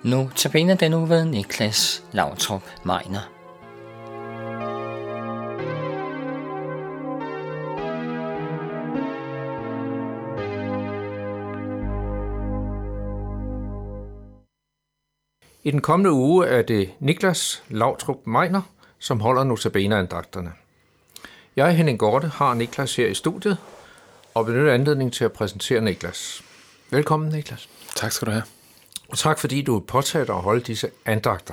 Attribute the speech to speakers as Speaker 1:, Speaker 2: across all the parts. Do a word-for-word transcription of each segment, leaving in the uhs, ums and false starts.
Speaker 1: Nu tabiner den uge ved Niklas Lautrup Meiner.
Speaker 2: I den kommende uge er det Niklas Lautrup Meiner, som holder notabeneandagterne. Jeg, Henning Gorte, har Niklas her i studiet og benytter anledning til at præsentere Niklas. Velkommen, Niklas.
Speaker 3: Tak skal du have.
Speaker 2: Og tak fordi du er påtaget at holde disse andagter.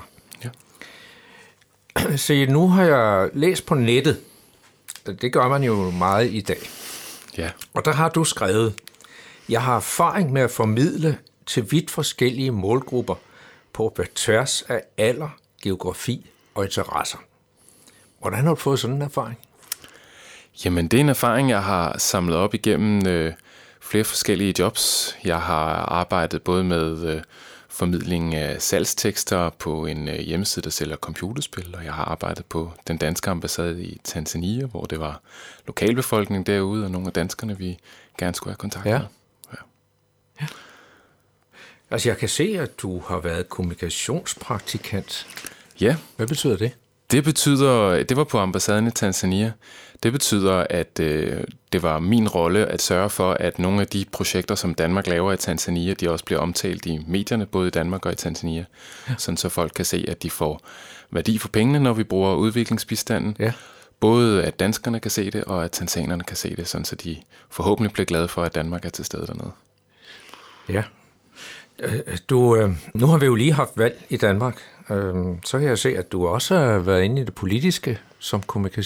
Speaker 3: Ja.
Speaker 2: Se, nu har jeg læst på nettet. Det gør man jo meget i dag.
Speaker 3: Ja.
Speaker 2: Og der har du skrevet, jeg har erfaring med at formidle til vidt forskellige målgrupper på tværs af alder, geografi og interesser. Hvordan har du fået sådan en erfaring?
Speaker 3: Jamen, det er en erfaring, jeg har samlet op igennem øh, flere forskellige jobs. Jeg har arbejdet både med øh, formidling af salgstekster på en øh, hjemmeside, der sælger computerspil, og jeg har arbejdet på den danske ambassade i Tanzania, hvor det var lokalbefolkningen derude, og nogle af danskerne, vi gerne skulle have kontakt
Speaker 2: Ja.
Speaker 3: med. Ja.
Speaker 2: Ja. Altså, jeg kan se, at du har været kommunikationspraktikant.
Speaker 3: Ja.
Speaker 2: Hvad betyder det?
Speaker 3: Det betyder, det var på ambassaden i Tanzania. Det betyder, at øh, det var min rolle at sørge for, at nogle af de projekter, som Danmark laver i Tanzania, de også bliver omtalt i medierne, både i Danmark og i Tanzania. Ja. Sådan så folk kan se, at de får værdi for pengene, når vi bruger udviklingsbistanden.
Speaker 2: Ja.
Speaker 3: Både at danskerne kan se det, og at tanzanerne kan se det, sådan så de forhåbentlig bliver glade for, at Danmark er til stede dernede.
Speaker 2: Ja. Du, øh, nu har vi jo lige haft valg i Danmark. Øh, så kan jeg se, at du også har været inde i det politiske som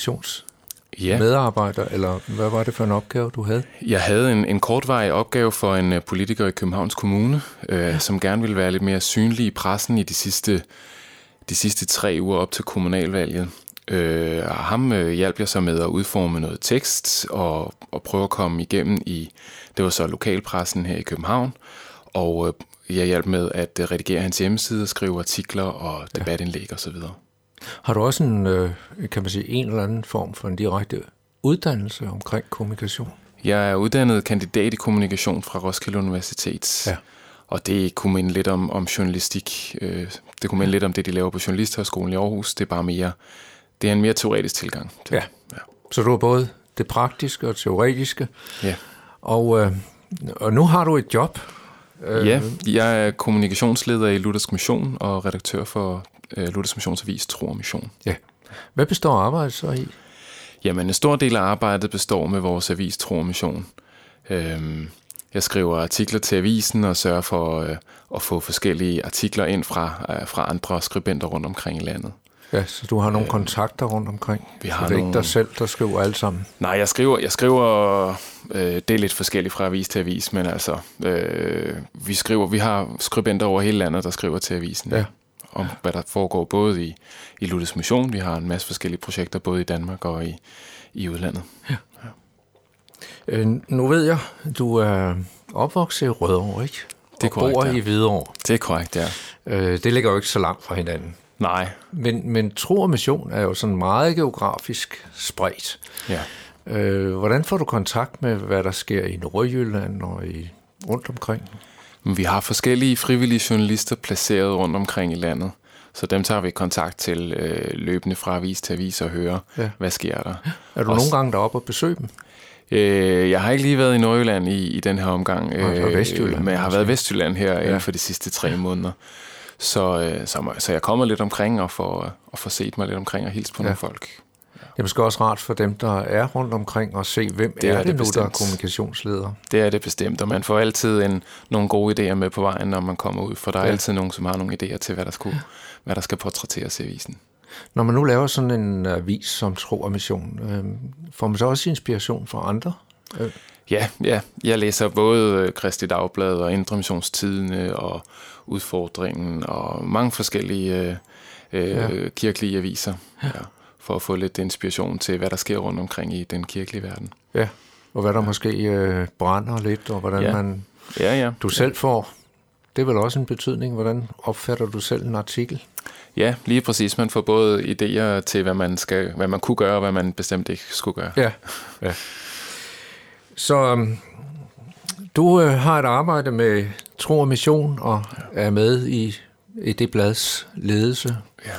Speaker 2: kommunikationsmedarbejder, ja. Eller hvad var det for en opgave, du havde?
Speaker 3: Jeg havde en, en kortvarig opgave for en uh, politiker i Københavns Kommune, øh, ja. som gerne ville være lidt mere synlig i pressen i de sidste, de sidste tre uger op til kommunalvalget. Øh, og ham øh, hjalp jeg så med at udforme noget tekst og, og prøve at komme igennem i, det var så lokalpressen her i København, og øh, jeg hjalp med at øh, redigere hans hjemmeside, skrive artikler og debatindlæg osv.
Speaker 2: Har du også en, øh, kan man sige, en eller anden form for en direkte uddannelse omkring kommunikation?
Speaker 3: Jeg er uddannet kandidat i kommunikation fra Roskilde Universitet, ja. Og det kunne minde lidt om, om journalistik. Øh, det kunne minde lidt om det, de laver på Journalisthøjskolen i Aarhus. Det er bare mere, det er en mere teoretisk tilgang til
Speaker 2: ja. ja. Så du har både det praktiske og teoretiske.
Speaker 3: Ja.
Speaker 2: Og, øh, og nu har du et job.
Speaker 3: Ja, jeg er kommunikationsleder i Luthersk Mission og redaktør for øh, Luthersk Missionsavis Tro og Mission.
Speaker 2: Ja. Hvad består arbejdet så i?
Speaker 3: Jamen, en stor del af arbejdet består med vores avis Tro og Mission. Øhm, jeg skriver artikler til avisen og sørger for øh, at få forskellige artikler ind fra, øh, fra andre skribenter rundt omkring i landet.
Speaker 2: Ja, så du har nogle øh, kontakter rundt omkring?
Speaker 3: Vi har
Speaker 2: det er
Speaker 3: nogle...
Speaker 2: ikke dig selv, der skriver alt sammen?
Speaker 3: Nej, jeg skriver, jeg skriver øh, det er lidt forskelligt fra avis til avis, men altså, øh, vi skriver, vi har skribenter over hele landet, der skriver til avisen.
Speaker 2: Ja.
Speaker 3: Om hvad der foregår både i, i Luthersk Mission. Vi har en masse forskellige projekter, både i Danmark og i, i udlandet.
Speaker 2: Ja. Ja. Øh, nu ved jeg, du er opvokset i Rødovre, ikke?
Speaker 3: Det er
Speaker 2: og
Speaker 3: korrekt,
Speaker 2: bor
Speaker 3: ja.
Speaker 2: i Hvidovre.
Speaker 3: Det er korrekt, ja.
Speaker 2: Øh, det ligger jo ikke så langt fra hinanden.
Speaker 3: Nej.
Speaker 2: Men, men Tro og Mission er jo sådan meget geografisk spredt.
Speaker 3: Ja.
Speaker 2: Øh, hvordan får du kontakt med, hvad der sker i Nordjylland og i, rundt omkring?
Speaker 3: Vi har forskellige frivillige journalister placeret rundt omkring i landet, så dem tager vi kontakt til øh, løbende fra avis til avis og hører, ja. Hvad sker der.
Speaker 2: Er du
Speaker 3: Også,
Speaker 2: nogle gange deroppe og besøge dem?
Speaker 3: Øh, jeg har ikke lige været i Nordjylland i, i den her omgang,
Speaker 2: øh, Vestjylland,
Speaker 3: men jeg har været i Vestjylland her ja. Inden for de sidste tre måneder. Så, øh, så, så jeg kommer lidt omkring og får, og får set mig lidt omkring og hilse på ja. Nogle folk.
Speaker 2: Ja. Det er måske også rart for dem, der er rundt omkring og se, hvem det er, er det, det nu, bestemt. Der er kommunikationsleder.
Speaker 3: Det er det bestemt, og man får altid en, nogle gode idéer med på vejen, når man kommer ud, for der er ja. Altid nogen, som har nogle idéer til, hvad der, skulle, hvad der skal portrætteres i avisen.
Speaker 2: Når man nu laver sådan en avis som Tro og Mission, øh, får man så også inspiration fra andre? Øh.
Speaker 3: Ja, ja, jeg læser både Kristi Dagblad og Indre Missionstidene og Udfordringen og mange forskellige øh, ja. kirkelige aviser, ja, for at få lidt inspiration til, hvad der sker rundt omkring i den kirkelige verden.
Speaker 2: Ja, og hvad der ja. Måske øh, brænder lidt, og hvordan ja. Man
Speaker 3: ja, ja.
Speaker 2: du selv får. Det er vel også en betydning, hvordan opfatter du selv en artikel?
Speaker 3: Ja, lige præcis. Man får både idéer til, hvad man, skal, hvad man kunne gøre, og hvad man bestemt ikke skulle gøre.
Speaker 2: Ja, ja. Så um, du øh, har et arbejde med Tro og Mission, og er med i i det blads ledelse.
Speaker 3: Ja.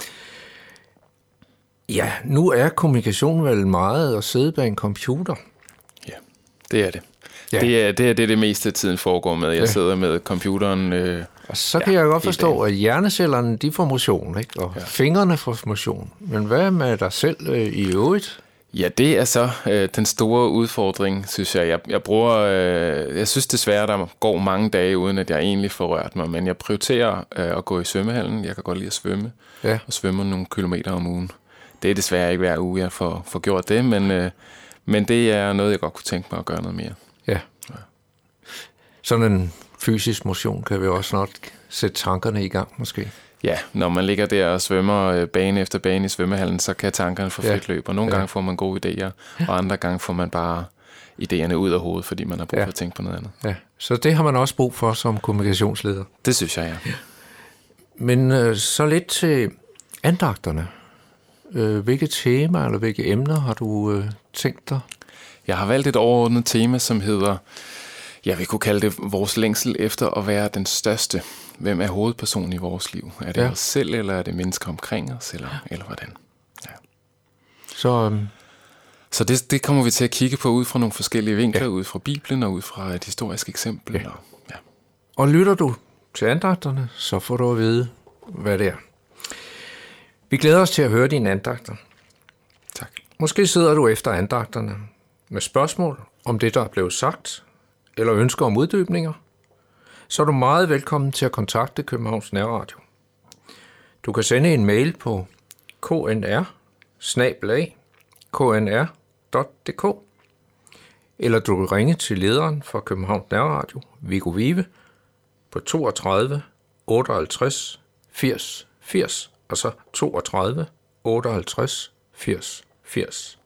Speaker 2: Ja, nu er kommunikation vel meget at sidde bag en computer.
Speaker 3: Ja, det er det.
Speaker 2: Ja.
Speaker 3: Det er det, er det, det meste af tiden foregår med. Jeg ja. sidder med computeren. Øh,
Speaker 2: og så kan ja, jeg godt forstå, at hjernecellerne de får motion, ikke? Og ja. fingrene får motion. Men hvad med dig selv øh, i øvrigt?
Speaker 3: Ja, det er så øh, den store udfordring, synes jeg. Jeg, jeg bruger, øh, jeg synes desværre, der går mange dage, uden at jeg egentlig får rørt mig, men jeg prioriterer øh, at gå i svømmehallen. Jeg kan godt lide at svømme,
Speaker 2: ja.
Speaker 3: og svømme nogle kilometer om ugen. Det er desværre ikke hver uge, jeg får, får gjort det, men, øh, men det er noget, jeg godt kunne tænke mig at gøre noget mere.
Speaker 2: Ja. ja. Sådan en fysisk motion kan vi også snart sætte tankerne i gang, måske.
Speaker 3: Ja, når man ligger der og svømmer bane efter bane i svømmehallen, så kan tankerne få frit løb, og nogle ja. gange får man gode idéer, og andre gange får man bare idéerne ud af hovedet, fordi man har brug for ja. at tænke på noget andet.
Speaker 2: Ja. Så det har man også brug for som kommunikationsleder.
Speaker 3: Det synes jeg, ja.
Speaker 2: Men øh, så lidt til andagterne. Øh, hvilke temaer eller hvilke emner har du øh, tænkt dig?
Speaker 3: Jeg har valgt et overordnet tema, som hedder, jeg vil kunne kalde det vores længsel efter at være den største. Hvem er hovedpersonen i vores liv? Er det ja. os selv, eller er det mennesker omkring os, eller, eller hvordan? Ja.
Speaker 2: Så, øhm,
Speaker 3: Så det, det kommer vi til at kigge på ud fra nogle forskellige vinkler, ja. ud fra Bibelen og ud fra et historisk eksempel.
Speaker 2: Ja.
Speaker 3: Og, ja.
Speaker 2: og lytter du til andagterne, så får du at vide, hvad det er. Vi glæder os til at høre dine andagter.
Speaker 3: Tak.
Speaker 2: Måske sidder du efter andagterne med spørgsmål om det, der er blevet sagt, eller ønsker om uddybninger, så er du meget velkommen til at kontakte Københavns Nærradio. Du kan sende en mail på k n r bindestreg k n r punktum d k, eller du kan ringe til lederen for Københavns Nærradio, Viggo Vive, på toogtredive otteoghalvtreds firs firs, og så toogtredive otteoghalvtreds firs firs.